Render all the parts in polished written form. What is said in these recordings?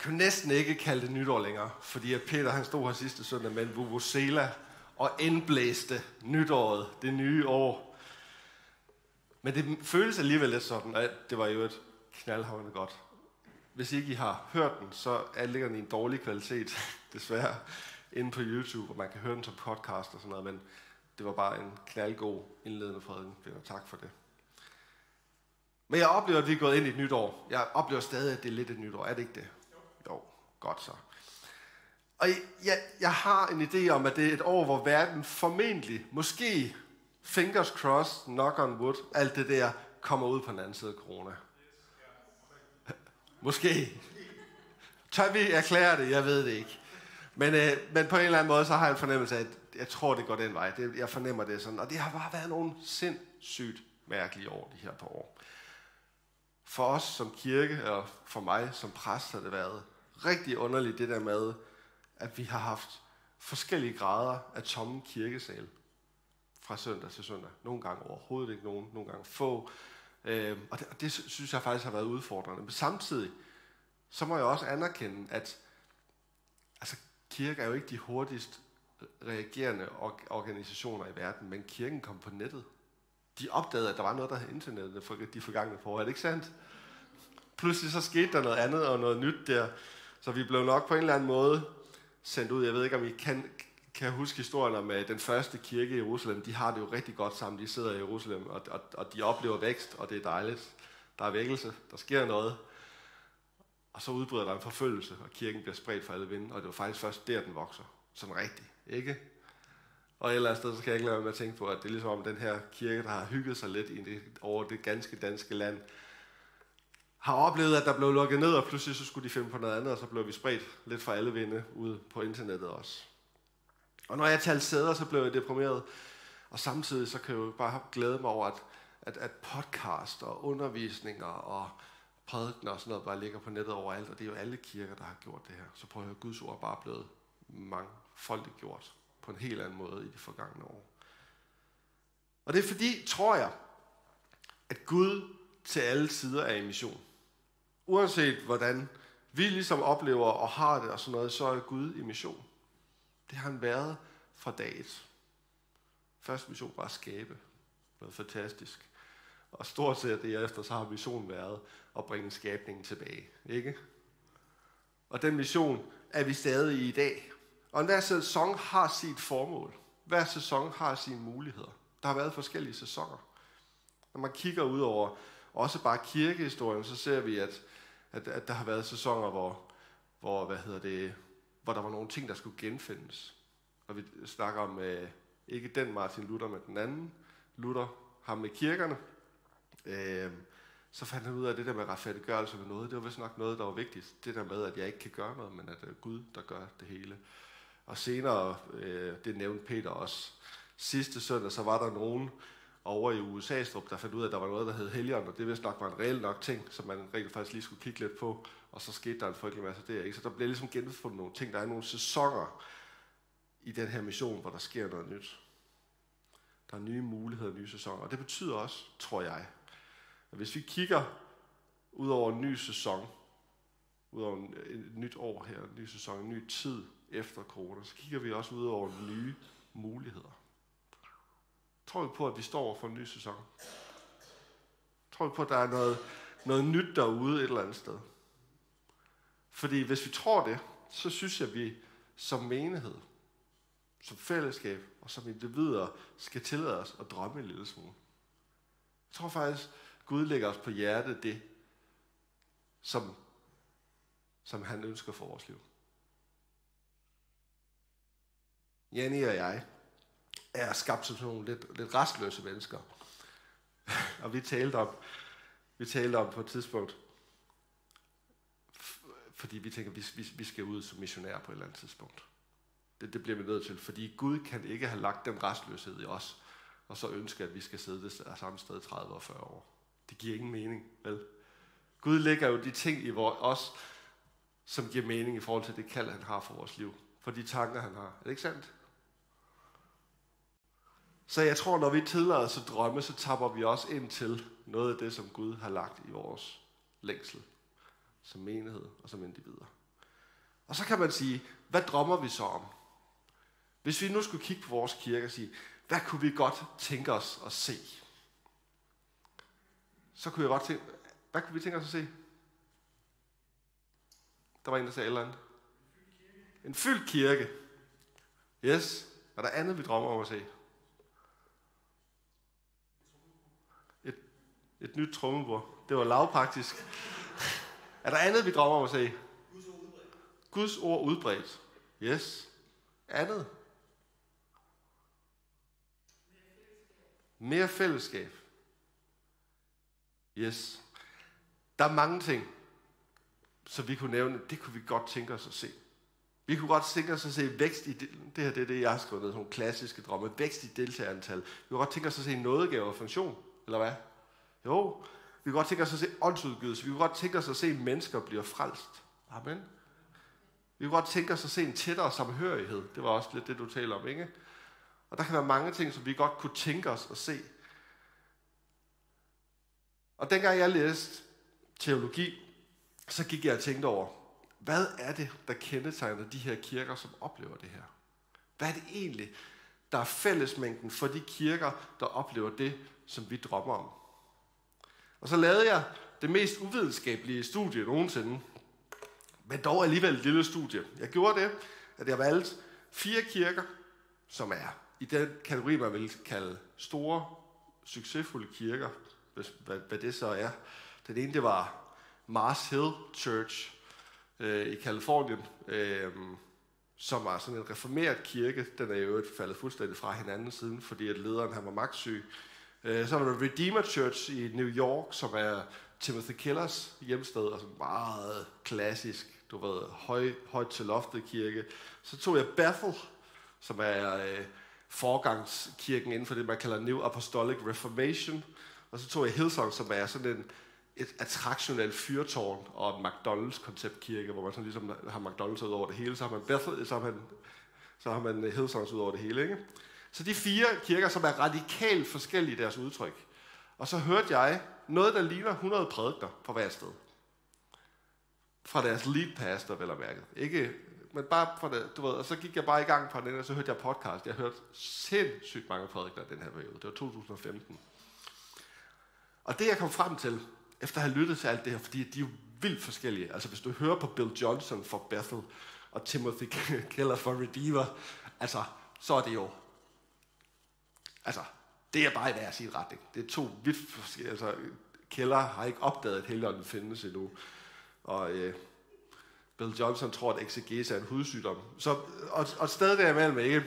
kan næsten ikke kalde det nytår længere, fordi at Peter han stod her sidste søndag med en vuvuzela og indblæste nytåret, det nye år. Men det føles alligevel lidt sådan, at det var jo et knaldhamrende godt. Hvis ikke I har hørt den, så ligger den i en dårlig kvalitet, desværre, inde på YouTube, og man kan høre den som podcast og sådan noget, men det var bare en knaldgod indledende prædiken, Peter. Tak for det. Men jeg oplever, at vi er gået ind i et nyt år. Jeg oplever stadig, at det er lidt et nyt år. Er det ikke det? Jo, godt så. Og jeg har en idé om, at det er et år, hvor verden formentlig, måske, fingers crossed, knock on wood, alt det der, kommer ud på den anden side af corona. Måske. Tør vi erklære det? Jeg ved det ikke. Men på en eller anden måde, så har jeg en fornemmelse af, at jeg tror, det går den vej. Jeg fornemmer det sådan. Og det har bare været nogle sindssygt mærkelige år, de her par år. For os som kirke, og for mig som præst, har det været rigtig underligt det der med, at vi har haft forskellige grader af tomme kirkesal fra søndag til søndag. Nogle gange overhovedet ikke nogen, nogle gange få. Og det synes jeg faktisk har været udfordrende. Men samtidig, så må jeg også anerkende, at altså, kirke er jo ikke de hurtigst reagerende organisationer i verden, men kirken kom på nettet. De opdagede, at der var noget, der hed internettet for de forgangne år. Er det ikke sandt? Pludselig så skete der noget andet og noget nyt der. Så vi blev nok på en eller anden måde sendt ud. Jeg ved ikke, om I kan huske historien om den første kirke i Jerusalem. De har det jo rigtig godt sammen. De sidder i Jerusalem, og de oplever vækst, og det er dejligt. Der er vækkelse, der sker noget. Og så udbryder der en forfølgelse, og kirken bliver spredt for alle vinde. Og det er jo faktisk først der, den vokser. Sådan rigtigt, ikke? Og et eller andet sted, så kan jeg ikke lade være med at tænke på, at det er ligesom om den her kirke, der har hygget sig lidt over det ganske danske land, har oplevet, at der blev lukket ned, og pludselig så skulle de finde på noget andet, og så blev vi spredt lidt for alle vinde ud på internettet også. Og når jeg talte sæder, så blev jeg deprimeret, og samtidig så kan jeg jo bare glæde mig over, at podcast og undervisninger og prædikener og sådan noget bare ligger på nettet overalt, og det er jo alle kirker, der har gjort det her. Så prøv at høre, Guds ord er bare blevet mangfoldigt gjort på en helt anden måde i de forgangne år. Og det er fordi, tror jeg, at Gud til alle tider er i mission. Uanset hvordan vi ligesom oplever og har det og sådan noget, så er Gud i mission. Det har han været fra dag et. Første mission var at skabe. Noget fantastisk. Og stort set derefter, så har missionen været at bringe skabningen tilbage. Ikke? Og den mission er vi stadig i dag. Og hver sæson har sit formål. Hver sæson har sine muligheder. Der har været forskellige sæsoner. Når man kigger ud over også bare kirkehistorien, så ser vi, at der har været sæsoner, hvor der var nogle ting, der skulle genfindes. Og vi snakker om ikke den Martin Luther, men den anden Luther, ham med kirkerne. Så fandt han ud af, at det der med retfærdiggørelse med noget, det var vist nok noget, der var vigtigt. Det der med, at jeg ikke kan gøre noget, men at det er Gud, der gør det hele. Og senere, det nævnte Peter også, sidste søndag, så var der nogen over i USA-strup, der fandt ud af, at der var noget, der hed Helligånd, og det vist nok var en reel nok ting, som man rigtig faktisk lige skulle kigge lidt på, og så skete der en frygtelig masse der, ikke? Så der blev ligesom genfundet nogle ting. Der er nogle sæsoner i den her mission, hvor der sker noget nyt. Der er nye muligheder, nye sæsoner, og det betyder også, tror jeg, at hvis vi kigger ud over en ny sæson, ud over et nyt år her, en ny sæson, en ny tid efter corona, så kigger vi også ud over nye muligheder. Tror vi på, at vi står over for en ny sæson? Tror vi på, at der er noget nyt derude et eller andet sted? Fordi hvis vi tror det, så synes jeg, at vi som menighed, som fællesskab og som individer skal tillade os at drømme en lille smule. Jeg tror faktisk, Gud lægger os på hjertet det, som han ønsker for vores liv. Jenny og jeg er skabt som sådan nogle lidt rastløse mennesker. Og vi talte om på et tidspunkt, fordi vi tænker, vi skal ud som missionærer på et eller andet tidspunkt. Det bliver vi nødt til, fordi Gud kan ikke have lagt den rastløshed i os, og så ønske, at vi skal sidde det samme sted 30 og 40 år. Det giver ingen mening, vel? Gud lægger jo de ting i os, som giver mening i forhold til det kald, han har for vores liv. For de tanker, han har. Er det ikke sandt? Så jeg tror, når vi tillader os at drømme, så tapper vi også ind til noget af det, som Gud har lagt i vores længsel. Som menighed og som individer. Og så kan man sige, hvad drømmer vi så om? Hvis vi nu skulle kigge på vores kirke og sige, hvad kunne vi godt tænke os at se? Så kunne jeg godt tænke, hvad kunne vi tænke os at se? Der var en, der sagde et eller andet. En fyldt kirke. Yes. Er der andet, vi drømmer om at se? Et nyt trommebord. Det var lavpraktisk. Er der andet, vi drømmer om at se? Guds ord udbredt. Yes. Andet? Mere fællesskab. Yes. Der er mange ting, som vi kunne nævne. Det kunne vi godt tænke os at se. Vi kunne godt tænke os at se vækst i det her, det er det, jeg har skrevet ned, sådan nogle klassiske drømme. Vækst i deltagerantal. Vi kunne godt tænke os at se nådegave og funktion, eller hvad? Jo. Vi kunne godt tænke os at se åndsudgivelse. Vi kunne godt tænke os at se mennesker blive frelst. Amen. Vi kunne godt tænke os at se en tættere samhørighed. Det var også lidt det, du taler om, ikke? Og der kan være mange ting, som vi godt kunne tænke os at se. Og dengang jeg læste teologi, så gik jeg og tænkte over, hvad er det, der kendetegner de her kirker, som oplever det her? Hvad er det egentlig, der er fællesmængden for de kirker, der oplever det, som vi drømmer om? Og så lavede jeg det mest uvidenskabelige studie nogensinde, men dog alligevel et lille studie. Jeg gjorde det, at jeg valgte 4 kirker, som er i den kategori, man vil kalde store, succesfulde kirker, hvad det så er. Den ene, det var Mars Hill Church i Californien, som var sådan en reformeret kirke. Den er jo faldet fuldstændig fra hinanden siden, fordi at lederen han var magtsyg. Så var der Redeemer Church i New York, som er Timothy Kellers hjemsted, altså meget klassisk, du ved, højt til loftet kirke. Så tog jeg Bethel, som er forgangskirken inden for det, man kalder New Apostolic Reformation. Og så tog jeg Hillsong, som er sådan et attraktionelt fyrtårn og en McDonald's-konceptkirke, hvor man sådan ligesom har McDonald's ud over det hele. Så har man Bethel, så har man Hillsongs ud over det hele, ikke? Så de 4 kirker, som er radikalt forskellige i deres udtryk. Og så hørte jeg noget, der ligner 100 prædikener på hvert sted. Fra deres lead pastor, vel og mærket. Ikke, men bare fra det, du ved, og så gik jeg bare i gang på den, og så hørte jeg podcast. Jeg hørte sindssygt mange prædikener den her periode. Det var 2015. Og det jeg kom frem til, efter at have lyttet til alt det her, fordi de er jo vildt forskellige. Altså hvis du hører på Bill Johnson for Bethel, og Timothy Keller for Redeemer, altså så er det jo, altså det er bare i hver sin retning. Det er 2 vidt forskellige, altså Keller har ikke opdaget, at Helligånden findes endnu. Og Bill Johnson tror, at exegese er en hudsygdom. Så, og stadig derimellem, ikke?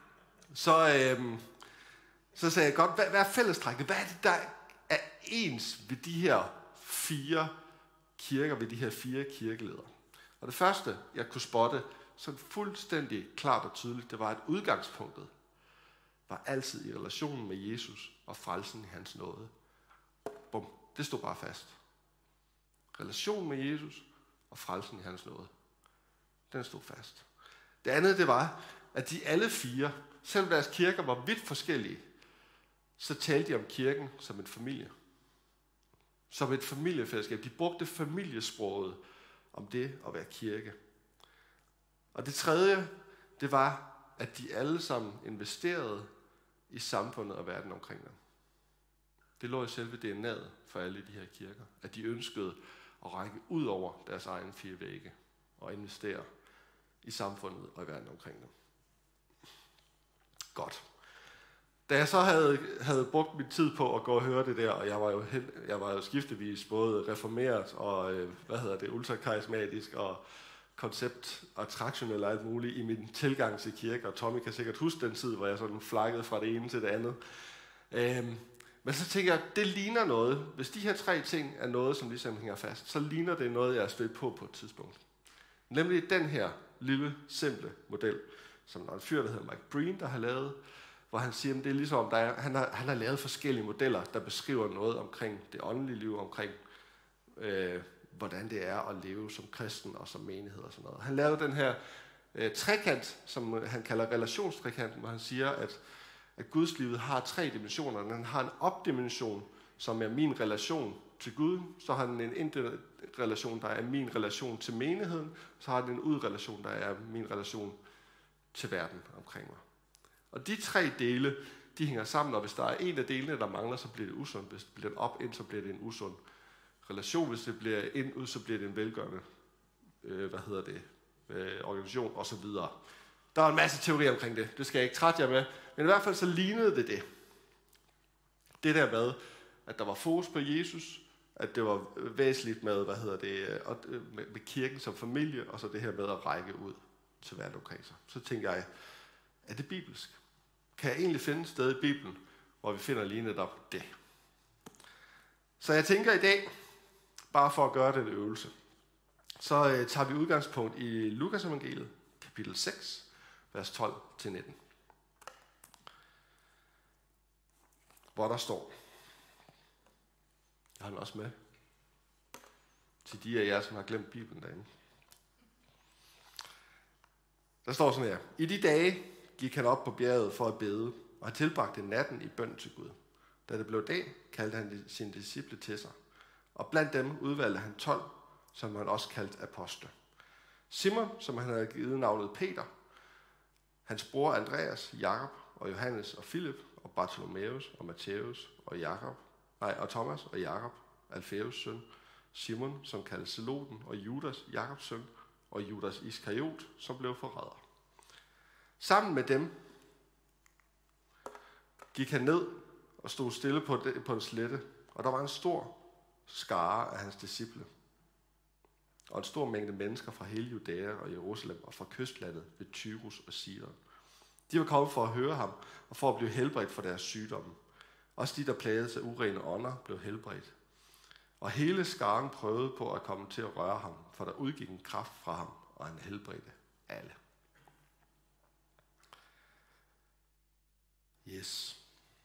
Så sagde jeg godt, hvad er fællestrækket? Hvad er det, der er ens ved de her 4 kirker, ved de her 4 kirkeledere? Og det første, jeg kunne spotte, sådan fuldstændig klart og tydeligt, det var, at udgangspunktet var altid i relationen med Jesus og frelsen i hans nåde. Bum, det stod bare fast. Relationen med Jesus og frelsen i hans nåde. Den stod fast. Det andet, det var, at de alle 4, selvom deres kirker var vidt forskellige, så talte de om kirken som en familie. Som et familiefællesskab. De brugte familiesproget om det at være kirke. Og det tredje, det var, at de alle sammen investerede i samfundet og verden omkring dem. Det lå i selve DNA'et for alle de her kirker. At de ønskede at række ud over deres egen 4 vægge og investere i samfundet og i verden omkring dem. Godt. Da jeg så havde brugt min tid på at gå og høre det der, og jeg var jo skiftevis både reformeret og ultrakarismatisk og koncept og traktionel og alt muligt i min tilgang til kirke, og Tommy kan sikkert huske den tid, hvor jeg sådan flakkede fra det ene til det andet. Men så tænker jeg, det ligner noget. Hvis de her 3 ting er noget, som ligesom hænger fast, så ligner det noget, jeg er stødt på et tidspunkt. Nemlig den her lille, simple model, som der er en fyr, der hedder Mike Breen, der har lavet, hvor han siger, at det er ligesom, han har lavet forskellige modeller, der beskriver noget omkring det åndelige liv, omkring hvordan det er at leve som kristen og som menighed og sådan noget. Han lavede den her trekant, som han kalder relationstrekanten, hvor han siger, at Guds livet har 3 dimensioner. Den har en opdimension, som er min relation til Gud, så har den en indre relation, der er min relation til menigheden, så har den en udrelation, der er min relation til verden omkring mig. Og de tre dele, de hænger sammen, og hvis der er en af delene, der mangler, så bliver det usundt. Hvis det bliver en op ind, så bliver det en usund relation. Hvis det bliver ind ud, så bliver det en velgørende organisation osv. Der er en masse teorier omkring det. Det skal jeg ikke trætte jer med. Men i hvert fald så lignede det. Det der med, at der var fokus på Jesus, at det var væsentligt med, med kirken som familie, og så det her med at række ud til verden omkring sig. Så tænker jeg, er det bibelsk? Kan jeg egentlig finde et sted i Bibelen, hvor vi finder lige netop det? Så jeg tænker i dag, bare for at gøre den øvelse, så tager vi udgangspunkt i Lukas evangeliet, kapitel 6, vers 12-19. Hvor der står, jeg har den også med, til de af jer, som har glemt Bibelen derinde. Der står sådan her: I de dage gik han op på bjerget for at bede, og han tilbragte natten i bøn til Gud. Da det blev dag, kaldte han sine disciple til sig, og blandt dem udvalgte han 12, som han også kaldte apostle. Simon, som han havde givet navnet Peter, hans bror Andreas, Jakob og Johannes og Filip og Bartholomeus og Matthæus og Thomas og Jakob, Alfæus søn, Simon, som kaldes Zeloten, og Judas, Jakobs søn, og Judas Iskariot, som blev forræder. Sammen med dem gik han ned og stod stille på en slette, og der var en stor skare af hans disciple, og en stor mængde mennesker fra hele Judæa og Jerusalem og fra kystlandet ved Tyrus og Sidon. De var kommet for at høre ham og for at blive helbredt for deres sygdomme. Også de, der plagede af urene ånder, blev helbredt. Og hele skaren prøvede på at komme til at røre ham, for der udgik en kraft fra ham, og han helbredte alle. Yes.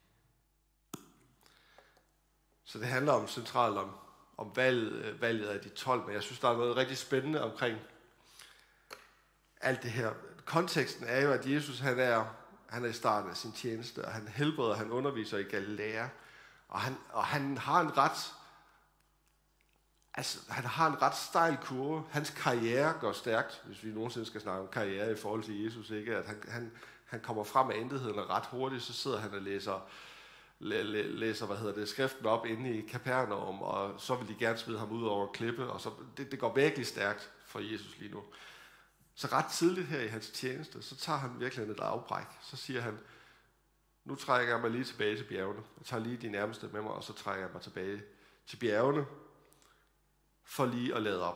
Så det handler om centralt om valget af de 12, men jeg synes, der er noget rigtig spændende omkring alt det her. Konteksten er jo, at Jesus han er i starten af sin tjeneste, og han helbreder, han underviser i Galilea, og han har en ret stejl kurve. Hans karriere går stærkt, hvis vi nogensinde skal snakke om karriere i forhold til Jesus, ikke? At han kommer frem af intetheden ret hurtigt, så sidder han og læser skriften op inde i Kapernaum, og så vil de gerne smide ham ud over klippe, og så det går virkelig stærkt for Jesus lige nu. Så ret tidligt her i hans tjeneste, så tager han virkelig et afbræk. Så siger han, nu trækker jeg mig lige tilbage til bjergene. Jeg tager lige de nærmeste med mig, og så trækker jeg mig tilbage til bjergene, for lige at lade op.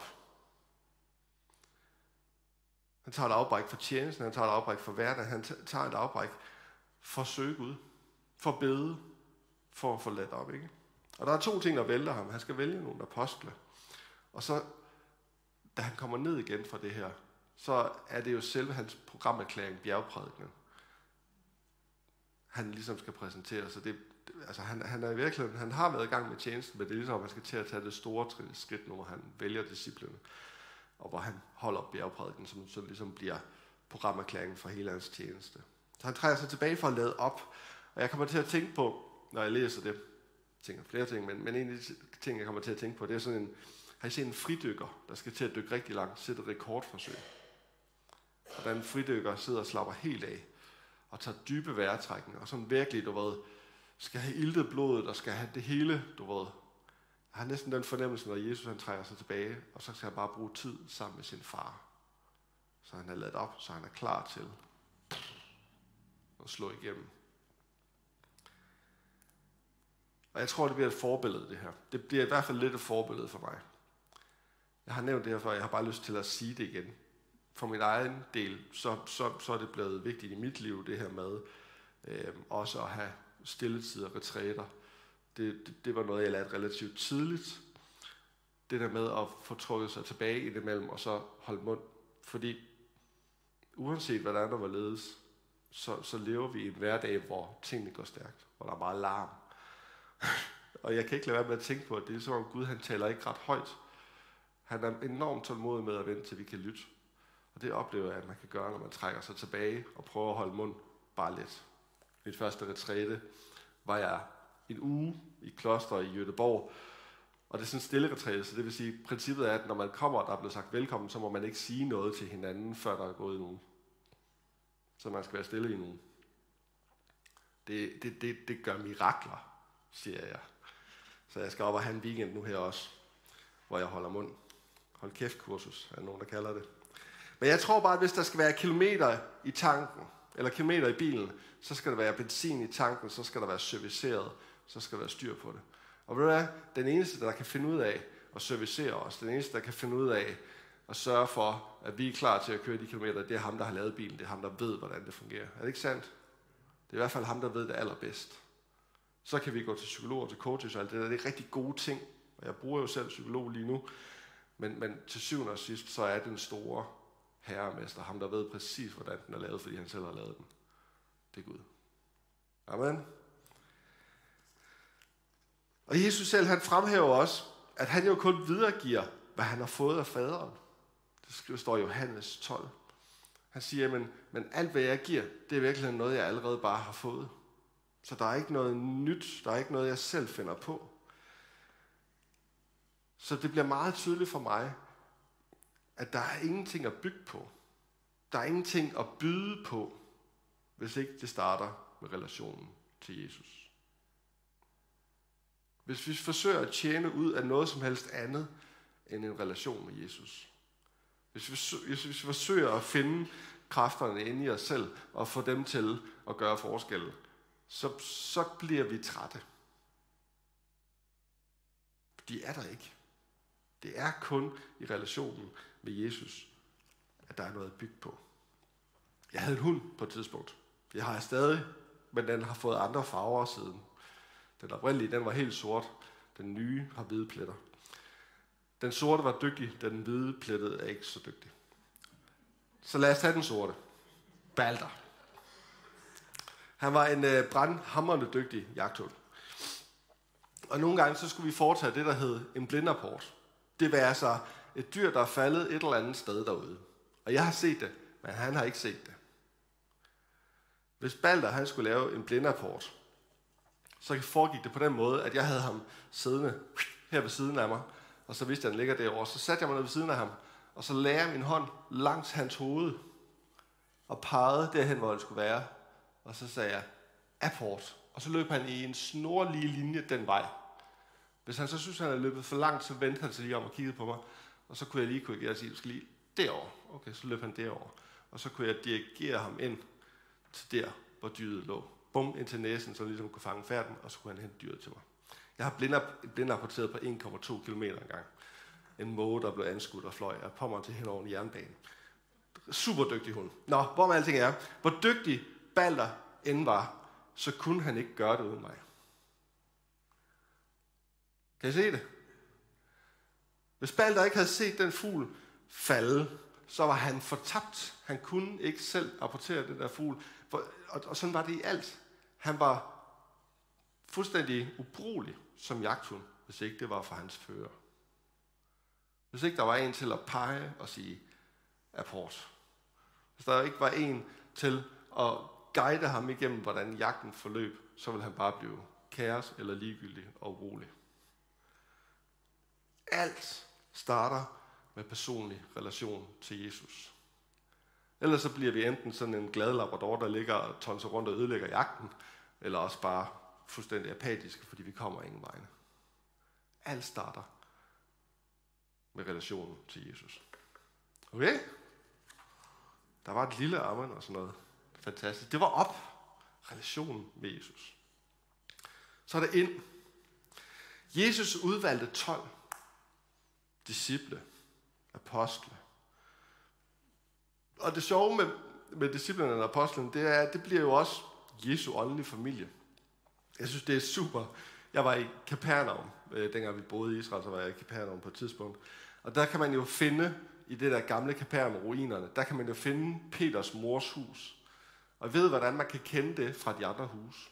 Han tager et afbræk for tjenesten, han tager et afbræk for hverdagen, han tager et afbræk for at søge Gud, for at bede, for at få ladt op, ikke? Og der er 2 ting, der vælter ham. Han skal vælge nogle apostle. Og så, da han kommer ned igen fra det her, så er det jo selve hans programerklæring, bjergprædikenen, han ligesom skal præsentere. Så han er i virkeligheden, han har været i gang med tjenesten, men det er ligesom, at man skal til at tage det store skridt, når han vælger disciplene, og hvor han holder bjergprædikenen, som så ligesom bliver programerklæringen for hele hans tjeneste. Så han træder sig tilbage for at lade op, og jeg kommer til at tænke på, når jeg læser det, tænker flere ting, men en af de ting, jeg kommer til at tænke på, det er sådan har I set en fridykker, der skal til at dykke rigtig langt, sætte et rekordforsøg. Og den fridykker sidder og slapper helt af, og tager dybe vejrtrækninger, og sådan virkelig, skal have iltet blodet, og skal have det hele, Jeg har næsten den fornemmelse, når Jesus han trækker sig tilbage, og så skal han bare bruge tid sammen med sin far. Så han er ladt op, så han er klar til at slå igennem. Og jeg tror, det bliver et forbillede, det her. Det bliver i hvert fald lidt et forbillede for mig. Jeg har nævnt det her før, jeg har bare lyst til at sige det igen. For min egen del, så er det blevet vigtigt i mit liv, det her med også at have stilletid og retræter. Det var noget, jeg lærte relativt tidligt. Det der med at få trukket sig tilbage indimellem, og så holde mund. Fordi uanset hvad der er, der var ledes, så lever vi i en hverdag, hvor tingene går stærkt, hvor der er meget larm. Og jeg kan ikke lade være med at tænke på, at det er som om Gud, han taler ikke ret højt. Han er enormt tålmodig med at vente, til vi kan lytte. Og det oplever jeg, at man kan gøre, når man trækker sig tilbage og prøver at holde mund bare lidt. Mit første retræte var jeg en uge i kloster i Göteborg, Og det er sådan en stille retræte, så det vil sige, princippet er, at når man kommer, og der er blevet sagt velkommen, så må man ikke sige noget til hinanden, før der er gået en uge. Så man skal være stille i en uge. Det gør mirakler, siger jeg. Så jeg skal op og have en weekend nu her også, hvor jeg holder mund. Hold kæft kursus, er der nogen, der kalder det. Men jeg tror bare, at hvis der skal være kilometer i tanken, eller kilometer i bilen, så skal der være benzin i tanken, så skal der være serviceret, så skal der være styr på det. Og ved du hvad? Den eneste, der kan finde ud af at servicere os, den eneste, der kan finde ud af at sørge for, at vi er klar til at køre de kilometer, det er ham, der har lavet bilen, det er ham, der ved, hvordan det fungerer. Er det ikke sandt? Det er i hvert fald ham, der ved det allerbedst. Så kan vi gå til psykologer, til coaches og alt det der. Det er rigtig gode ting, og jeg bruger jo selv psykolog lige nu. Men til syvende og sidst, så er den store herremester, ham der ved præcis, hvordan den er lavet, fordi han selv har lavet den. Det er Gud. Amen. Og Jesus selv, han fremhæver også, at han jo kun videregiver, hvad han har fået af faderen. Det står i Johannes 12. Han siger, men alt hvad jeg giver, det er virkelig noget, jeg allerede bare har fået. Så der er ikke noget nyt, der er ikke noget, jeg selv finder på. Så det bliver meget tydeligt for mig, at der er ingenting at bygge på. Der er ingenting at byde på, hvis ikke det starter med relationen til Jesus. Hvis vi forsøger at tjene ud af noget som helst andet end en relation med Jesus. Hvis vi forsøger at finde kræfterne inde i os selv og få dem til at gøre forskel, så bliver vi trætte. De er der ikke. Det er kun i relationen med Jesus, at der er noget at bygge på. Jeg havde en hund på et tidspunkt. Det har jeg stadig, men den har fået andre farver siden. Den oprindelige, den var helt sort. Den nye har hvide pletter. Den sorte var dygtig, den hvide plettede er ikke så dygtig. Så lad os tage den sorte. Balder. Han var en brandhamrende dygtig jagthund. Og nogle gange så skulle vi foretage det, der hed en blindrapport. Det var altså et dyr, der er faldet et eller andet sted derude. Og jeg har set det, men han har ikke set det. Hvis Balder han skulle lave en blindrapport, så foregik det på den måde, at jeg havde ham siddende her ved siden af mig, og så vidste jeg, at han ligger derovre. Så satte jeg mig ned ved siden af ham, og så lagde jeg min hånd langs hans hoved, og pegede derhen, hvor det skulle være. Og så sagde jeg, apport. Og så løb han i en snorlige linje den vej. Hvis han så synes, han havde løbet for langt, så vendte han sig lige om og kiggede på mig. Og så kunne jeg lige korrigere og sige, du skal lige derover. Okay, så løb han derover. Og så kunne jeg dirigere ham ind til der, hvor dyret lå. Bum, ind til næsen, så han ligesom kunne fange færden, og så kunne han hente dyret til mig. Jeg har blindrapporteret på 1,2 km engang. En måge, der blev anskudt og fløj af Pommern til hen over en jernbane. Super dygtig hund. Nå, hvor med alting er. Hvor dygtig Balder end var, så kunne han ikke gøre det uden mig. Kan I se det? Hvis Balder ikke havde set den fugl falde, så var han fortabt. Han kunne ikke selv rapportere den der fugl. Og sådan var det i alt. Han var fuldstændig ubrugelig som jagthund, hvis ikke det var for hans fører. Hvis ikke der var en til at pege og sige apport. Hvis der ikke var en til at guide ham igennem, hvordan jagten forløb, så ville han bare blive kaos eller ligegyldig og urolig. Alt starter med personlig relation til Jesus. Ellers så bliver vi enten sådan en glad labrador, der ligger og tonser rundt og ødelægger jagten, eller også bare fuldstændig apatiske, fordi vi kommer ingen vegne. Alt starter med relationen til Jesus. Okay? Der var et lille amen og sådan noget. Fantastisk. Det var op. Relationen med Jesus. Så er der ind. Jesus udvalgte 12 disciple, apostle. Og det sjove med disciplerne og apostlene, det er, at det bliver jo også Jesu åndelige familie. Jeg synes, det er super. Jeg var i Kapernaum, dengang vi boede i Israel, så var jeg i Kapernaum på et tidspunkt. Og der kan man jo finde, i det der gamle Kapernaum-ruinerne, der kan man jo finde Peters mors hus. Og ved, hvordan man kan kende det fra de andre huse.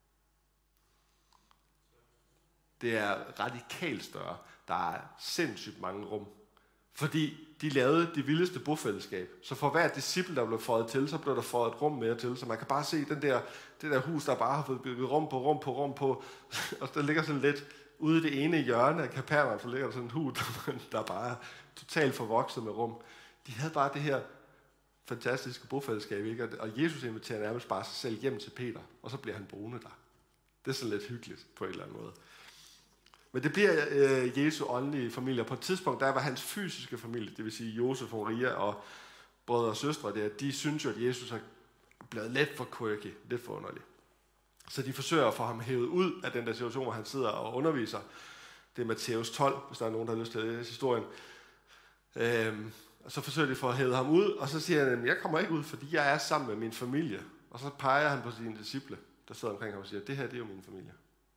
Det er radikalt større. Der er sindssygt mange rum. Fordi de lavede det vildeste bofællesskab. Så for hver disciple, der blev føjet til, så blev der føjet et rum mere til. Så man kan bare se det der hus, der bare har fået bygget rum på rum på rum på. Og der ligger sådan lidt ude i det ene hjørne af Kapernaum, så ligger der sådan en hud, der bare er totalt forvokset med rum. De havde bare det her fantastiske bofællesskab, ikke? Og Jesus inviterer nærmest bare sig selv hjem til Peter, og så bliver han boende der. Det er sådan lidt hyggeligt på en eller anden måde. Men det bliver Jesu åndelige familie. På et tidspunkt, der var hans fysiske familie, det vil sige Josef og Maria og brødre og søstre der, de synes jo, at Jesus er blevet lidt for quirky, lidt for underlig. Så de forsøger at få ham hævet ud af den der situation, hvor han sidder og underviser. Det er Matthæus 12, hvis der er nogen, der har lyst til at læse historien. Og så forsøger de at få hævet ham ud, og så siger han, jeg kommer ikke ud, fordi jeg er sammen med min familie. Og så peger han på sine disciple, der sidder omkring ham og siger, det her det er jo min familie.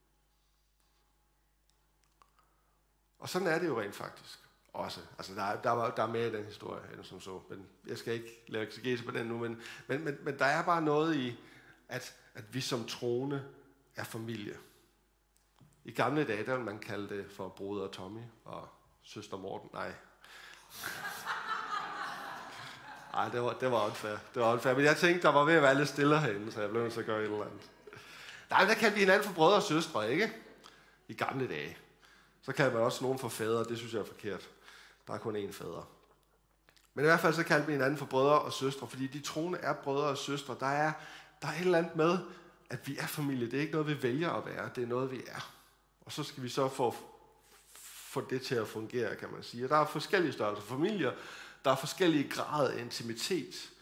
Og sådan er det jo rent faktisk også. Altså der er mere i den historie, end som så. Men jeg skal ikke lave eksegese på den nu, men der er bare noget i, at vi som troende er familie. I gamle dage, der vil man kalde det for broder Tommy og søster Morten. Nej, det var unfair. Men jeg tænkte, der var ved at være lidt stille herinde, så jeg blev nødt til at gøre et eller andet. Nej, men der kaldte vi hinanden for brødre og søstre, ikke? I gamle dage. Så kaldte man også nogen for fædre, det synes jeg er forkert. Der er kun én fader. Men i hvert fald så kaldte vi hinanden for brødre og søstre, fordi de troende er brødre og søstre. Der er et eller andet med, at vi er familie. Det er ikke noget, vi vælger at være, det er noget, vi er. Og så skal vi så få det til at fungere, kan man sige. Og der er forskellige størrelser familier, der er forskellige grader af intimitet.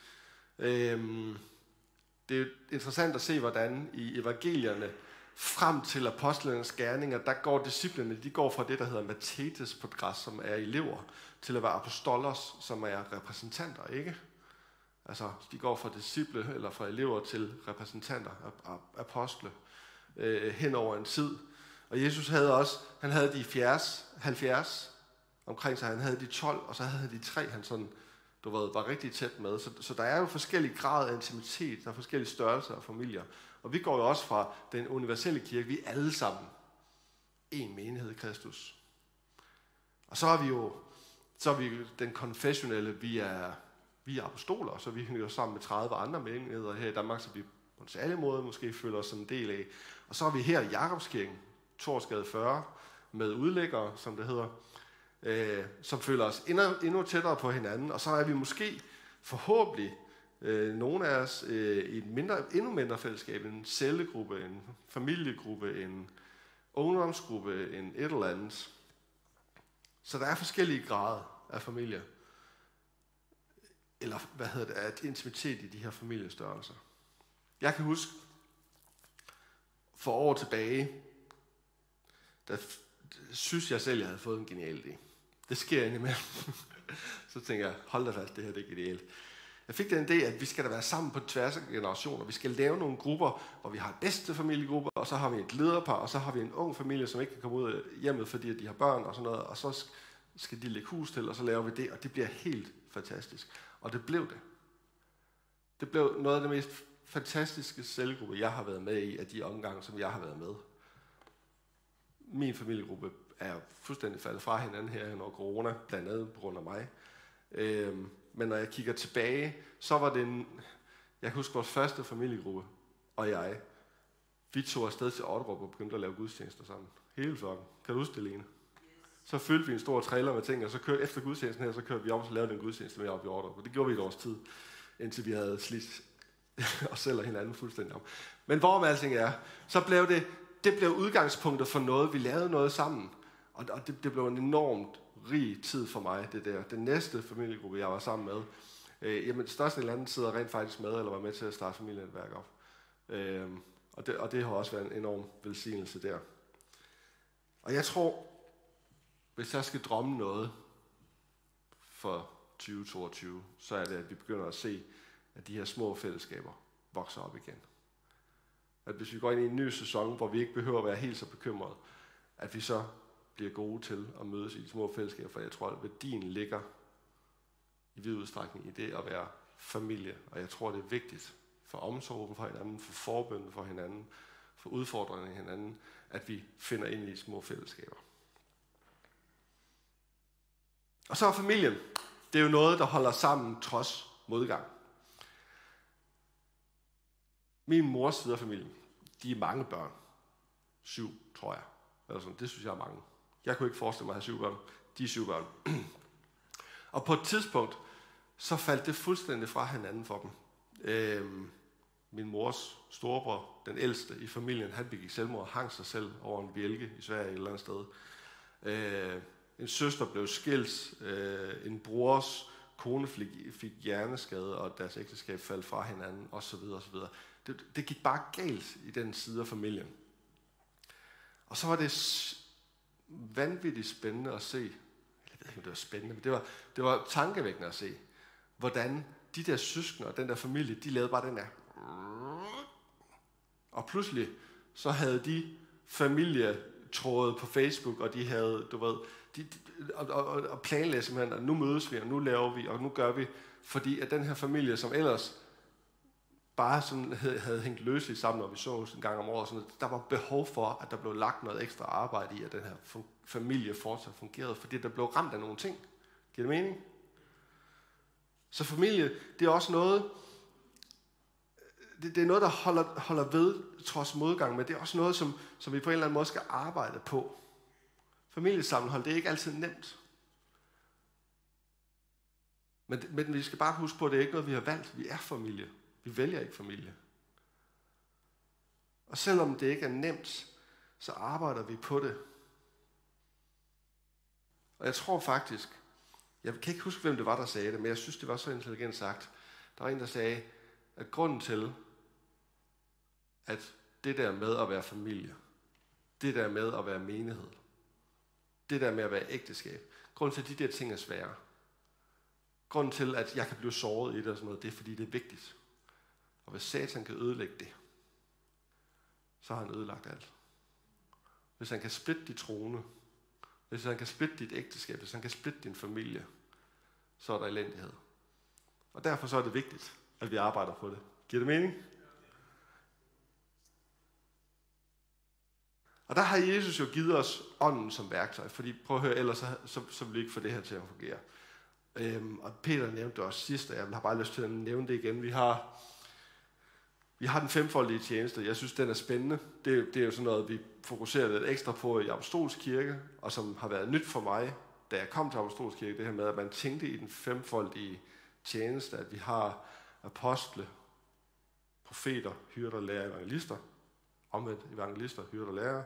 Det er interessant at se, hvordan i evangelierne, frem til apostlenes gerninger, der går disciplene, de går fra det, der hedder matetes på græs, som er elever, til at være apostolos, som er repræsentanter, ikke? Altså, de går fra disciple, eller fra elever til repræsentanter, apostle, hen over en tid. Og Jesus han havde de 70 omkring sig, han havde de 12, og så havde han de 3, han sådan, var rigtig tæt med. Så der er jo forskellige grader af intimitet, der er forskellige størrelser af familier. Og vi går jo også fra den universelle kirke, vi er alle sammen en menighed i Kristus. Og så er vi den konfessionelle, vi er apostoler, så vi hænger sammen med 30 andre menigheder her i Danmark, så vi på en særlig måde måske føler os som en del af. Og så er vi her i Jakobskirken, Torsgade 40, med udlæggere, som det hedder, som føler os endnu tættere på hinanden. Og så er vi måske forhåbentlig nogle af os i endnu mindre fællesskab, en cellegruppe, en familiegruppe, en ungdomsgruppe, en et eller andet. Så der er forskellige grader af familie. Eller af intimitet i de her familiestørrelser. Jeg kan huske, for år tilbage, der synes jeg selv, jeg havde fået en genial idé. Det sker indimellem. Så tænker jeg, hold da fast, det her det er genialt. Jeg fik den idé, at vi skal da være sammen på tværs af generationer. Vi skal lave nogle grupper, hvor vi har bedste familiegrupper, og så har vi et lederpar, og så har vi en ung familie, som ikke kan komme ud af hjemmet, fordi de har børn og sådan noget, og så skal de lægge hus til, og så laver vi det, og det bliver helt fantastisk. Og det blev det. Det blev noget af det mest fantastiske cellegruppe, jeg har været med i, af de omgange, som jeg har været med. Min familiegruppe er fuldstændig faldet fra hinanden her under corona, blandt andet på grund af mig. Men når jeg kigger tilbage, så var det jeg kan huske vores første familiegruppe, og vi tog afsted til Otterup og begyndte at lave gudstjenester sammen. Hele flokken. Kan du huske det, Lene? Så fyldte vi en stor trailer med ting, og så efter gudstjenesten her, så kørte vi op og lavede den gudstjeneste med op i Otterup. Og det gjorde vi et års tid, indtil vi havde slidt os selv og hinanden fuldstændig om. Men hvorom alting er, så blev det blev udgangspunktet for noget. Vi lavede noget sammen, og det blev en enormt rig tid for mig, det der. Den næste familiegruppe, jeg var sammen med, jamen største eller andet sidder rent faktisk med, eller var med til at starte familienetværk op. Og det har også været en enorm velsignelse der. Og jeg tror, hvis jeg skal drømme noget for 2022, så er det, at vi begynder at se, at de her små fællesskaber vokser op igen. At hvis vi går ind i en ny sæson, hvor vi ikke behøver at være helt så bekymrede, at vi så bliver gode til at mødes i de små fællesskaber, for jeg tror, at værdien ligger i vid udstrækning i det at være familie. Og jeg tror, det er vigtigt for omsorgen for hinanden, for forbønnen for hinanden, for udfordringerne i hinanden, at vi finder ind i de små fællesskaber. Og så er familien. Det er jo noget, der holder sammen trods modgang. Min mors side af familien, de er mange børn. 7, tror jeg. Eller sådan. Det synes jeg er mange. Jeg kunne ikke forestille mig at have 7 børn. De er 7 børn. Og på et tidspunkt, så faldt det fuldstændig fra hinanden for dem. Min mors storebror, den ældste i familien, han begik selvmord og hang sig selv over en bjælke i Sverige et eller andet sted. En søster blev skilt. En brors kone fik hjerneskade, og deres ægteskab faldt fra hinanden, osv. osv. Det gik bare galt i den side af familien. Og så var det vanvittigt spændende at se. Jeg ved ikke, om det var spændende, men det var tankevækkende at se, hvordan de der søskende og den der familie, de lavede bare den der. Og pludselig, så havde de familietråde på Facebook, og de havde, og planlagde simpelthen, at nu mødes vi, og nu laver vi, og nu gør vi, fordi at den her familie, som ellers bare sådan havde hængt løsligt sammen, når vi så en gang om året, sådan, der var behov for, at der blev lagt noget ekstra arbejde i, at den her familie fortsat fungerede, fordi der blev ramt af nogle ting. Giver det mening? Så familie, det er også noget, det er noget, der holder ved trods modgang, men det er også noget, som vi på en eller anden måde skal arbejde på. Familiesammenhold, det er ikke altid nemt. Men vi skal bare huske på, at det er ikke noget, vi har valgt. Vi er familie. Vi vælger ikke familie. Og selvom det ikke er nemt, så arbejder vi på det. Og jeg tror faktisk, jeg kan ikke huske, hvem det var, der sagde det, men jeg synes, det var så intelligent sagt. Der var en, der sagde, at grunden til, at det der med at være familie, det der med at være menighed, det der med at være ægteskab, grunden til, at de der ting er svære, grunden til, at jeg kan blive såret i det og sådan noget, det er, fordi det er vigtigt. Og hvis Satan kan ødelægge det, så har han ødelagt alt. Hvis han kan splitte dit trone, hvis han kan splitte dit ægteskab, hvis han kan splitte din familie, så er der elendighed. Og derfor så er det vigtigt, at vi arbejder på det. Giver det mening? Og der har Jesus jo givet os ånden som værktøj, fordi prøv at høre, ellers så vil vi ikke få det her til at fungere. Og Peter nævnte det også sidst, og jeg har bare lyst til at nævne det igen. Vi har den femfoldige tjeneste. Jeg synes, den er spændende. Det er jo sådan noget, vi fokuserer lidt ekstra på i Apostolsk Kirke, og som har været nyt for mig, da jeg kom til Apostolsk Kirke, det her med, at man tænkte i den femfoldige tjeneste, at vi har apostle, profeter, hyrder, lærere, evangelister, omvendt evangelister, hyrder, lærere,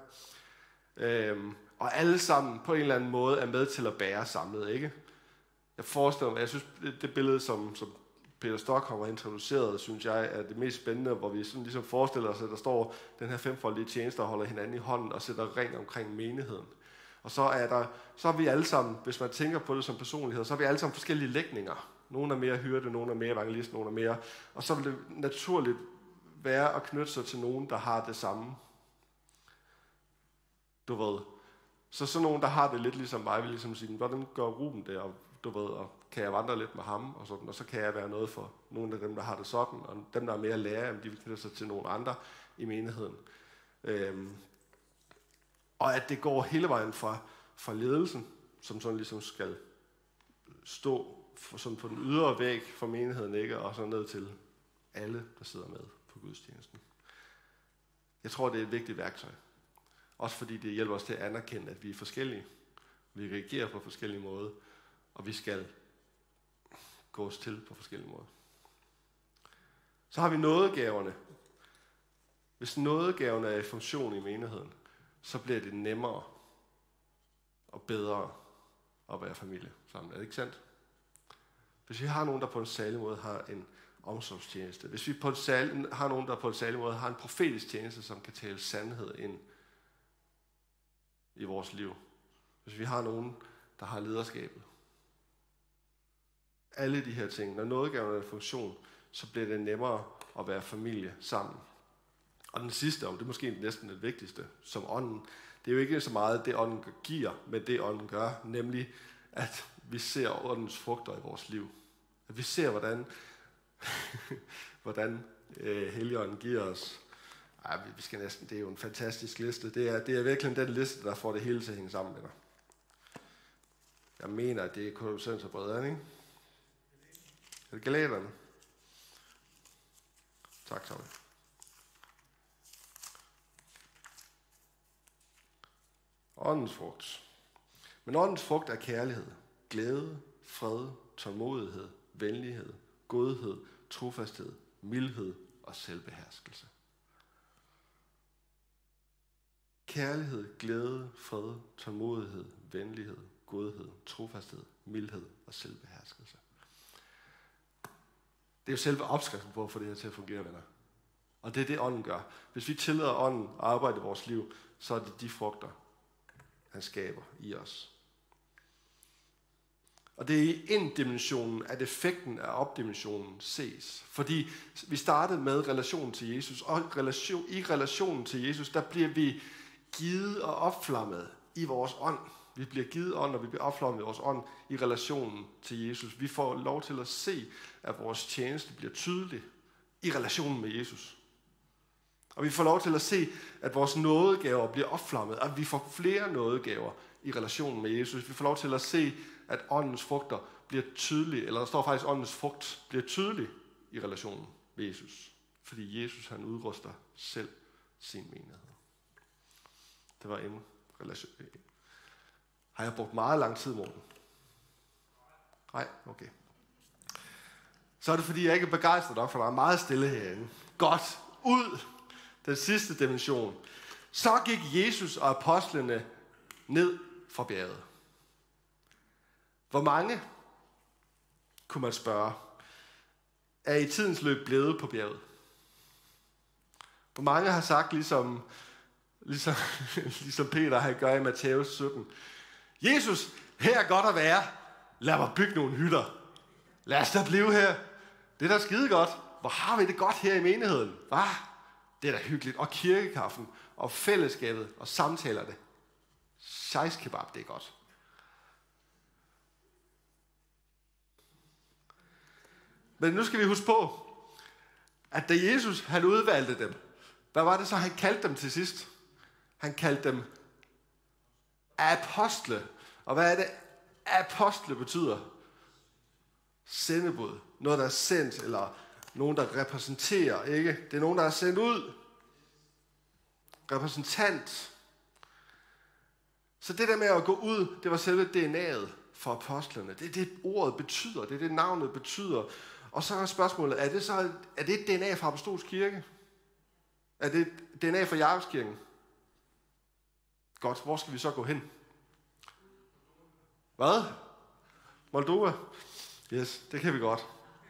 og alle sammen på en eller anden måde er med til at bære samlet, ikke? Jeg forestiller mig, jeg synes, det billede, som Peter Stockholm har introduceret, synes jeg er det mest spændende, hvor vi sådan ligesom forestiller os, at der står den her femfoldige tjeneste, der holder hinanden i hånden og sætter ring omkring menigheden. Og så er vi alle sammen, hvis man tænker på det som personlighed, så er vi alle sammen forskellige lægninger. Nogle er mere hyrde, nogle er mere evangelist, nogle er mere. Og så vil det naturligt være at knytte sig til nogen, der har det samme. Du ved. Så sådan nogen, der har det lidt ligesom mig, vil ligesom sige, hvordan gør Ruben det, og du ved, og kan jeg vandre lidt med ham, og sådan, og så kan jeg være noget for nogle af dem, der har det sådan, og dem, der er mere lærer, de vil knytte sig til nogle andre i menigheden. Og at det går hele vejen fra ledelsen, som sådan ligesom skal stå sådan på den ydre væg for menigheden, ikke, og så ned til alle, der sidder med på gudstjenesten. Jeg tror, det er et vigtigt værktøj. Også fordi det hjælper os til at anerkende, at vi er forskellige. Vi reagerer på forskellige måder, og vi skal gås til på forskellige måder. Så har vi nådegaverne. Hvis nådegaverne er i funktion i menigheden, så bliver det nemmere og bedre at være familie sammen. Er det ikke sandt? Hvis vi har nogen, der på en særlig måde har en omsorgstjeneste, hvis vi har nogen, der på en særlig måde har en profetisk tjeneste, som kan tale sandhed ind i vores liv. Hvis vi har nogen, der har lederskabet. Alle de her ting, når nådegaverne er i funktion, så bliver det nemmere at være familie sammen. Og den sidste, og det er måske næsten det vigtigste, som ånden, det er jo ikke så meget det, ånden giver, men det, ånden gør, nemlig at vi ser åndens frugter i vores liv. At vi ser, hvordan Helligånden giver os. Vi skal næsten, det er jo en fantastisk liste. Det er virkelig den liste, der får det hele til at hænge sammen med dig. Jeg mener, at det er Kolossenser brødrene, ikke? Er det Galaterne? Tak, Tommy. Åndens frugt. Men åndens frugt er kærlighed, glæde, fred, tålmodighed, venlighed, godhed, trofasthed, mildhed og selvbeherskelse. Kærlighed, glæde, fred, tålmodighed, venlighed, godhed, trofasthed, mildhed og selvbeherskelse. Det er jo selve opskriften på at få det her til at fungere, venner. Og det er det, ånden gør. Hvis vi tillader ånden at arbejde i vores liv, så er det de frugter, han skaber i os. Og det er i ind-dimensionen, at effekten af op-dimensionen ses. Fordi vi startede med relationen til Jesus, og i relationen til Jesus, der bliver vi givet og opflammet i vores ånd. Vi bliver givet ånd, og vi bliver opflammet i vores ånd i relationen til Jesus. Vi får lov til at se, at vores tjeneste bliver tydelig i relationen med Jesus. Og vi får lov til at se, at vores nådegaver bliver opflammet, at vi får flere nådegaver i relationen med Jesus. Vi får lov til at se, at åndens frugter bliver tydelige, eller der står faktisk, at åndens frugt bliver tydelig i relationen med Jesus. Fordi Jesus, han udruster selv sin menighed. Det var en relation. Har jeg brugt meget lang tid, Morten? Nej, okay. Så er det, fordi jeg ikke er begejstret nok, for der er meget stille herinde. Godt, ud. Den sidste dimension. Så gik Jesus og apostlene ned fra bjerget. Hvor mange, kunne man spørge, er i tidens løb blevet på bjerget? Hvor mange har sagt, ligesom Peter han gør i Matthæus 17, Jesus, her er godt at være. Lad mig bygge nogle hytter. Lad os da blive her. Det er da skide godt. Hvor har vi det godt her i menigheden? Hva? Det er da hyggeligt. Og kirkekaffen, og fællesskabet, og samtalerne. Scheisse kebab, det er godt. Men nu skal vi huske på, at da Jesus han udvalgte dem, hvad var det så, han kaldte dem til sidst? Han kaldte dem apostle. Og hvad er det, apostle betyder? Sendebud. Noget, der er sendt, eller nogen, der repræsenterer, ikke? Det er nogen, der er sendt ud. Repræsentant. Så det der med at gå ud, det var selve DNA'et for apostlene. Det er det, ordet betyder. Det er det, navnet betyder. Og så er spørgsmålet, er det et DNA fra Apostolsk Kirke? Er det et DNA fra Jakobskirken? Godt, hvor skal vi så gå hen? Hvad? Moldova? Yes, det kan vi godt.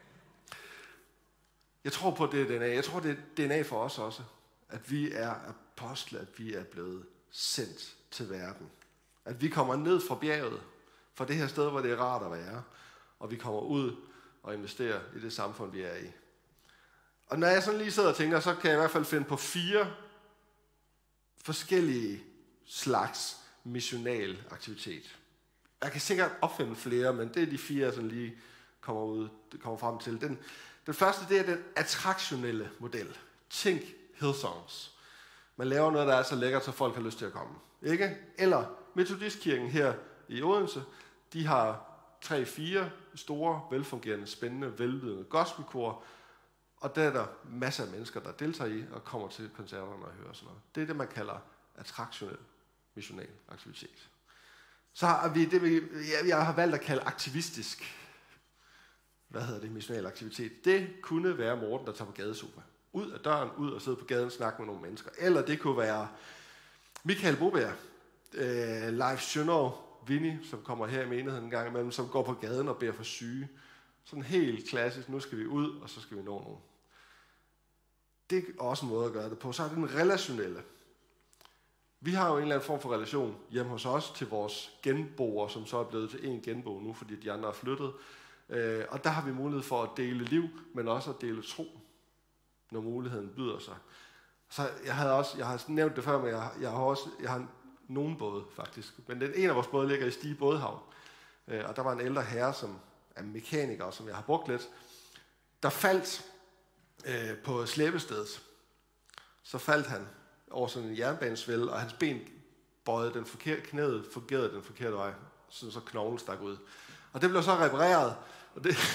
Jeg tror på, det er DNA. Jeg tror, det er DNA for os også. At vi er apostle, at vi er blevet sendt til verden. At vi kommer ned fra bjerget, fra det her sted, hvor det er rart at være. Og vi kommer ud og investerer i det samfund, vi er i. Og når jeg sådan lige sidder og tænker, så kan jeg i hvert fald finde på 4 forskellige slags missional aktivitet. Jeg kan sikkert opfinde flere, men det er de 4, jeg sådan lige kommer frem til. Den første, det er den attraktionelle model. Tænk Hillsongs. Man laver noget, der er så lækkert, så folk har lyst til at komme. Ikke? Eller Metodistkirken her i Odense, de har 3-4 store, velfungerende, spændende, velvidende gospelkor, og der er der masser af mennesker, der deltager i og kommer til koncerterne og hører sådan noget. Det er det, man kalder attraktionel missional aktivitet. Så har vi det, jeg har valgt at kalde aktivistisk. Missional aktivitet. Det kunne være Morten, der tager på gadesofa. Ud af døren, ud og sidde på gaden og snakke med nogle mennesker. Eller det kunne være Michael Boberg, Leif Schønov, Vinnie, som kommer her i menigheden en gang imellem, som går på gaden og beder for syge. Sådan helt klassisk, nu skal vi ud, og så skal vi nå nogen. Det er også en måde at gøre det på. Så er det den relationelle. Vi har jo en eller anden form for relation hjemme hos os til vores genboer, som så er blevet til en genbo nu, fordi de andre er flyttet. Og der har vi mulighed for at dele liv, men også at dele tro, når muligheden byder sig. Så jeg har nævnt det før, men jeg har nogen både faktisk. Men en af vores både ligger i Stige Bådehavn. Og der var en ældre herre, som er mekaniker, som jeg har brugt lidt, der faldt på slæbestedet. Så faldt han over sådan en jernbanesvælde, og hans ben bøjede den forkerte, knæet fungerede den forkerte vej, så knoglen stak ud. Og det blev så repareret, og det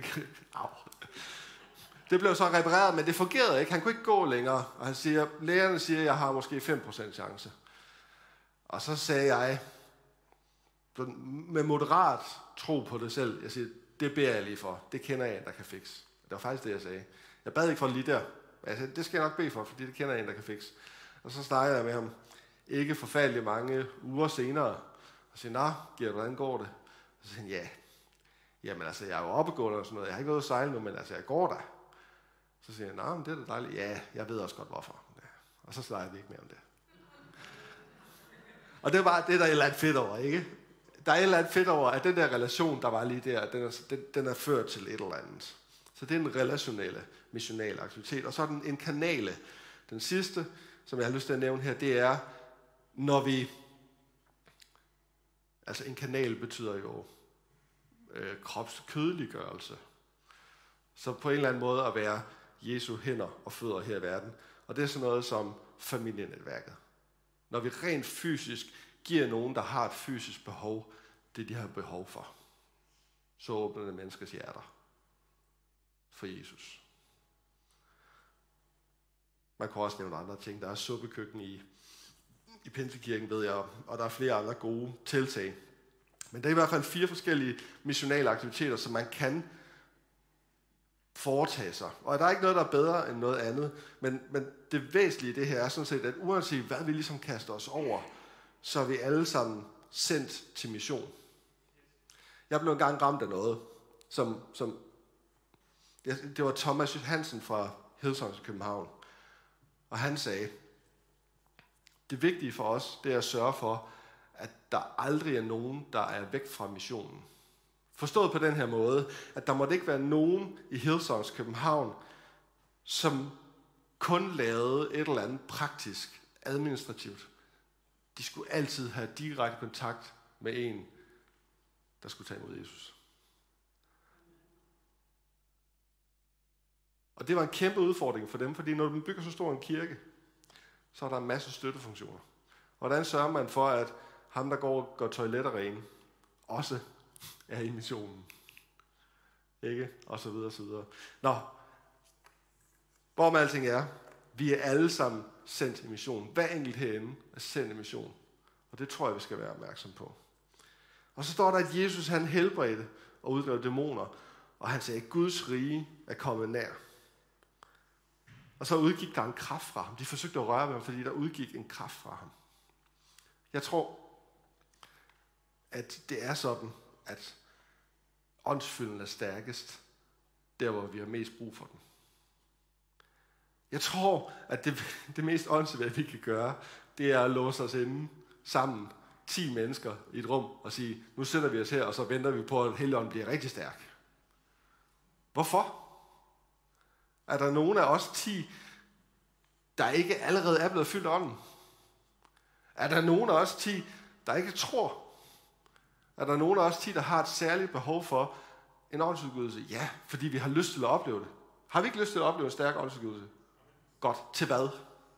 blev så repareret, men det fungerede ikke. Han kunne ikke gå længere, og lægerne siger, at jeg har måske 5% chance. Og så sagde jeg, med moderat tro på det selv, jeg siger, det beder jeg lige for. Det kender jeg en, der kan fikse. Det var faktisk det, jeg sagde. Jeg bad ikke for lige der. Jeg sagde, det skal jeg nok bede for, fordi det kender jeg en, der kan fikse. Og så snakkede jeg med ham, ikke forfærdeligt mange uger senere, og siger, nå, Gert, hvordan går det? Og så siger han, ja, jamen altså, jeg er jo oppegående og sådan noget. Jeg har ikke været at sejle nu, men altså, jeg går der. Så siger jeg, nej, men det er da dejligt. Ja, jeg ved også godt, hvorfor. Ja. Og så snakker vi ikke mere om det. Og det var det, der er et eller andet fedt over, ikke? Der er et eller andet fedt over, at den der relation, der var lige der, den er ført til et eller andet. Så det er en relationelle, missionale aktivitet. Og så er den en kanale. Den sidste, som jeg har lyst til at nævne her, det er, når vi... Altså en kanal betyder jo kropskødeliggørelse. Så på en eller anden måde at være Jesu hænder og fødder her i verden. Og det er sådan noget som familienetværket. Når vi rent fysisk giver nogen, der har et fysisk behov, det de har behov for, så åbner det menneskers hjerter for Jesus. Man kan også nævne andre ting. Der er suppekøkken i Pinsekirken, ved jeg, og der er flere andre gode tiltag. Men der er i hvert fald 4 forskellige missionale aktiviteter, som man kan foretage sig. Og der er ikke noget, der er bedre end noget andet. Men det væsentlige i det her er sådan set, at uanset hvad vi ligesom kaster os over, så er vi alle sammen sendt til mission. Jeg blev engang ramt af noget, det var Thomas Hansen fra Hillsong i København. Og han sagde, det vigtige for os, det er at sørge for, at der aldrig er nogen, der er væk fra missionen. Forstået på den her måde, at der måtte ikke være nogen i Hillsong København, som kun lavede et eller andet praktisk, administrativt. De skulle altid have direkte kontakt med en, der skulle tage imod Jesus. Og det var en kæmpe udfordring for dem, fordi når man bygger så stor en kirke, så er der en masse støttefunktioner. Hvordan sørger man for, at ham, der går toiletter rene, også er i missionen? Ikke? Og så videre, og så videre. Nå, hvor med alting er, vi er alle sammen sendt i mission. Hver enkelt herinde er sendt i mission. Og det tror jeg, vi skal være opmærksom på. Og så står der, at Jesus han helbredte og uddrev dæmoner, og han sagde, at Guds rige er kommet nær. Og så udgik der en kraft fra ham. De forsøgte at røre ved ham, fordi der udgik en kraft fra ham. Jeg tror, at det er sådan, at åndsfylden er stærkest, der hvor vi har mest brug for den. Jeg tror, at det mest åndsværdige, vi kan gøre, det er at låse os inde sammen, 10 mennesker i et rum, og sige, nu sætter vi os her, og så venter vi på, at Helligånden bliver rigtig stærk. Hvorfor? Er der nogen af os 10, der ikke allerede er blevet fyldt af ånden? Er der nogen af os 10, der ikke tror? Er der nogen af os 10, der har et særligt behov for en åndsudgivelse? Ja, fordi vi har lyst til at opleve det. Har vi ikke lyst til at opleve en stærk åndsudgivelse? Godt. Til hvad?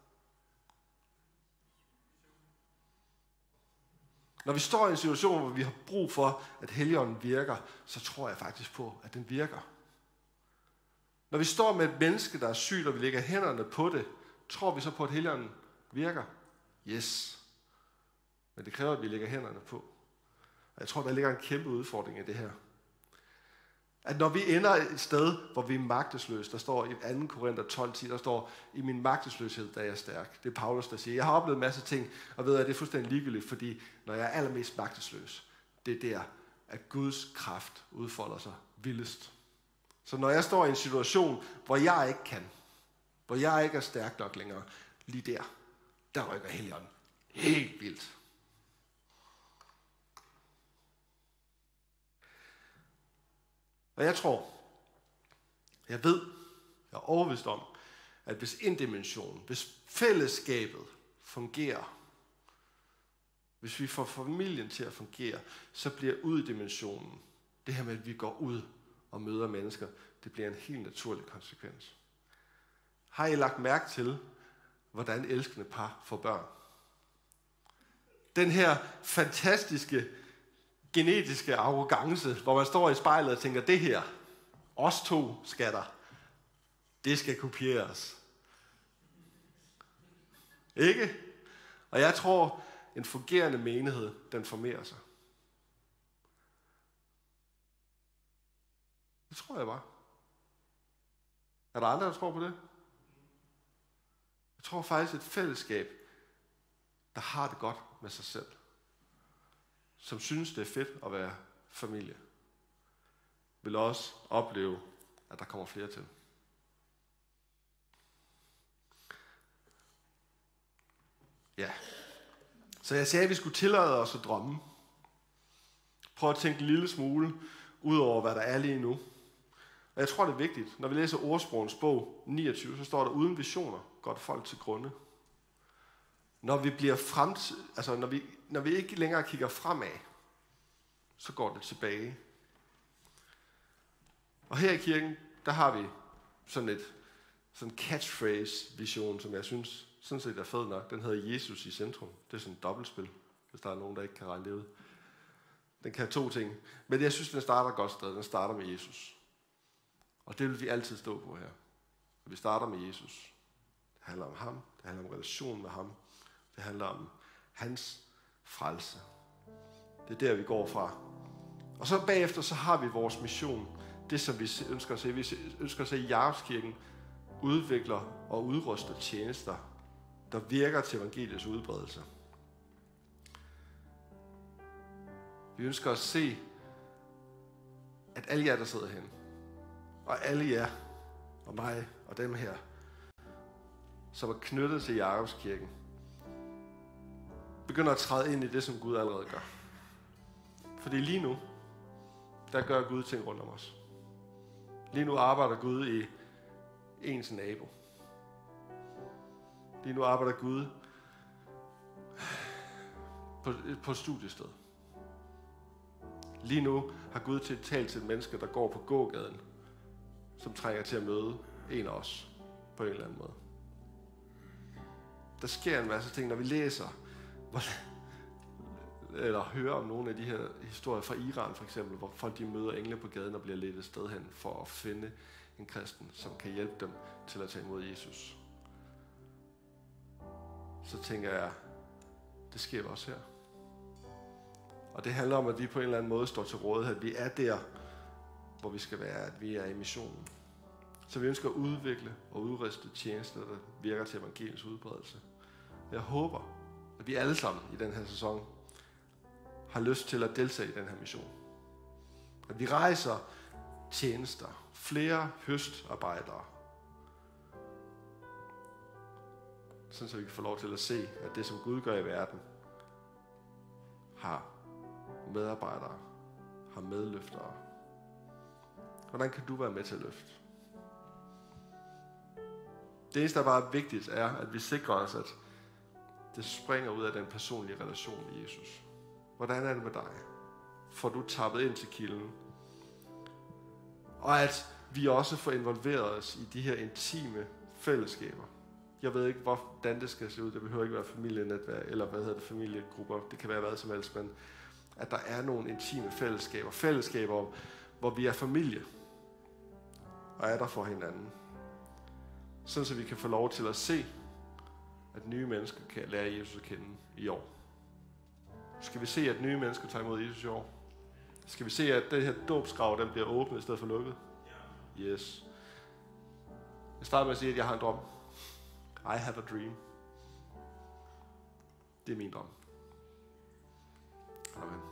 Når vi står i en situation, hvor vi har brug for, at Helligånden virker, så tror jeg faktisk på, at den virker. Når vi står med et menneske, der er sygt, og vi lægger hænderne på det, tror vi så på, at Helligånden virker? Yes. Men det kræver, at vi lægger hænderne på. Og jeg tror, der ligger en kæmpe udfordring i det her. At når vi ender et sted, hvor vi er magtesløse, der står i 2. Korinther 12:10, der står, i min magtesløshed, der er jeg stærk. Det er Paulus, der siger, jeg har oplevet en masse ting, og ved at det er fuldstændig ligegyldigt, fordi når jeg er allermest magtesløs, det er der, at Guds kraft udfolder sig vildest. Så når jeg står i en situation, hvor jeg ikke kan, hvor jeg ikke er stærk nok længere, lige der rykker Helligånden helt vildt. Og jeg er overbevist om, at hvis en dimension, hvis fællesskabet fungerer, hvis vi får familien til at fungere, så bliver ud-dimensionen, det her med, at vi går ud og møder mennesker, det bliver en helt naturlig konsekvens. Har I lagt mærke til, hvordan elskende par får børn? Den her fantastiske genetiske arrogance, hvor man står i spejlet og tænker, det her, os 2 skatter, det skal kopieres. Ikke? Og jeg tror, en fungerende menighed, den formerer sig. Det tror jeg bare. Er der andre, der tror på det? Jeg tror faktisk, et fællesskab, der har det godt med sig selv, som synes, det er fedt at være familie, vil også opleve, at der kommer flere til. Ja. Så jeg sagde, at vi skulle tillade os at drømme. Prøv at tænke en lille smule ud over, hvad der er lige nu. Og jeg tror, det er vigtigt. Når vi læser Ordsprogens bog 29, så står der, uden visioner går folk til grunde. Når vi bliver når vi ikke længere kigger fremad, så går det tilbage. Og her i kirken, der har vi sådan en catchphrase-vision, som jeg synes sådan set er fed nok. Den hedder Jesus i centrum. Det er sådan et dobbeltspil, hvis der er nogen, der ikke kan regne det ud. Den kan have 2 ting. Men jeg synes, den starter et godt sted. Den starter med Jesus. Og det vil vi altid stå på her. Vi starter med Jesus. Det handler om ham. Det handler om relationen med ham. Det handler om hans frelse. Det er der, vi går fra. Og så bagefter, så har vi vores mission. Det, som vi ønsker at se. Vi ønsker at se, at Jakobskirken udvikler og udruster tjenester, der virker til evangeliets udbredelse. Vi ønsker at se, at alle jer, der sidder herinde, og alle jer, og mig, og dem her, som er knyttet til Jakobskirken, begynder at træde ind i det, som Gud allerede gør. Fordi lige nu, der gør Gud ting rundt om os. Lige nu arbejder Gud i ens nabo. Lige nu arbejder Gud på et studiested. Lige nu har Gud talt til mennesker, der går på gågaden, som trænger til at møde en af os på en eller anden måde. Der sker en masse ting, når vi læser eller hører om nogle af de her historier fra Iran for eksempel, hvor folk de møder engle på gaden og bliver ledt et sted hen for at finde en kristen, som kan hjælpe dem til at tage imod Jesus. Så tænker jeg, det sker også her. Og det handler om, at vi på en eller anden måde står til rådighed, at vi er der, hvor vi skal være, at vi er i missionen. Så vi ønsker at udvikle og udriste tjenester, der virker til evangeliets udbredelse. Jeg håber, at vi alle sammen i den her sæson har lyst til at deltage i den her mission. At vi rejser tjenester, flere høstarbejdere, sådan så vi kan få lov til at se, at det som Gud gør i verden, har medarbejdere, har medløftere. Hvordan kan du være med til at løfte? Det eneste, der bare er vigtigt, er, at vi sikrer os, at det springer ud af den personlige relation med Jesus. Hvordan er det med dig? Får du tappet ind til kilden? Og at vi også får involveret os i de her intime fællesskaber. Jeg ved ikke, hvordan det skal se ud. Det behøver ikke være familienetværk, eller familiegrupper. Det kan være hvad som helst, men at der er nogle intime fællesskaber. Fællesskaber, hvor vi er familie og er der for hinanden. Sådan så vi kan få lov til at se, at nye mennesker kan lære Jesus at kende i år. Skal vi se, at nye mennesker tager imod Jesus i år? Skal vi se, at det her dåbsgrav, den bliver åbnet i stedet for lukket? Yes. Jeg starter med at sige, at jeg har en drøm. I have a dream. Det er min drøm. Amen.